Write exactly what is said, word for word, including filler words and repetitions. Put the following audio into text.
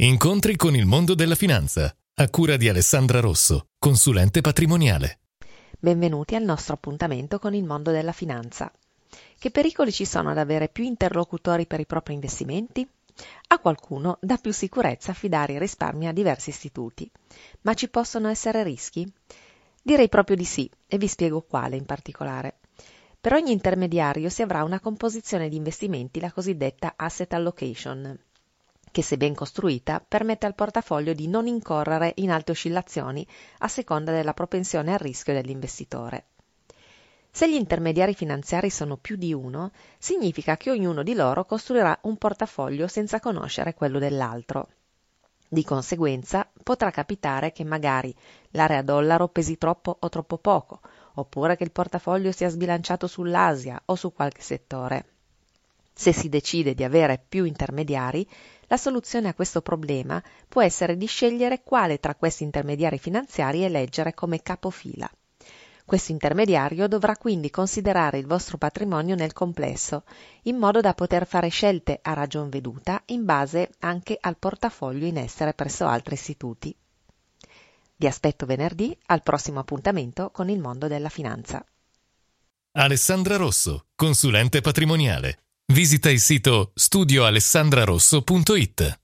Incontri con il mondo della finanza, a cura di Alessandra Rosso, consulente patrimoniale. Benvenuti al nostro appuntamento con il mondo della finanza. Che pericoli ci sono ad avere più interlocutori per i propri investimenti? A qualcuno dà più sicurezza affidare i risparmi a diversi istituti, ma ci possono essere rischi? Direi proprio di sì, e vi spiego quale in particolare. Per ogni intermediario si avrà una composizione di investimenti, la cosiddetta asset allocation, che se ben costruita permette al portafoglio di non incorrere in alte oscillazioni a seconda della propensione al rischio dell'investitore. Se gli intermediari finanziari sono più di uno, significa che ognuno di loro costruirà un portafoglio senza conoscere quello dell'altro. Di conseguenza potrà capitare che magari l'area dollaro pesi troppo o troppo poco, oppure che il portafoglio sia sbilanciato sull'Asia o su qualche settore. Se si decide di avere più intermediari, la soluzione a questo problema può essere di scegliere quale tra questi intermediari finanziari eleggere come capofila. Questo intermediario dovrà quindi considerare il vostro patrimonio nel complesso, in modo da poter fare scelte a ragion veduta in base anche al portafoglio in essere presso altri istituti. Vi aspetto venerdì al prossimo appuntamento con il mondo della finanza. Alessandra Rosso, consulente patrimoniale. Visita il sito studio alessandra rosso punto it.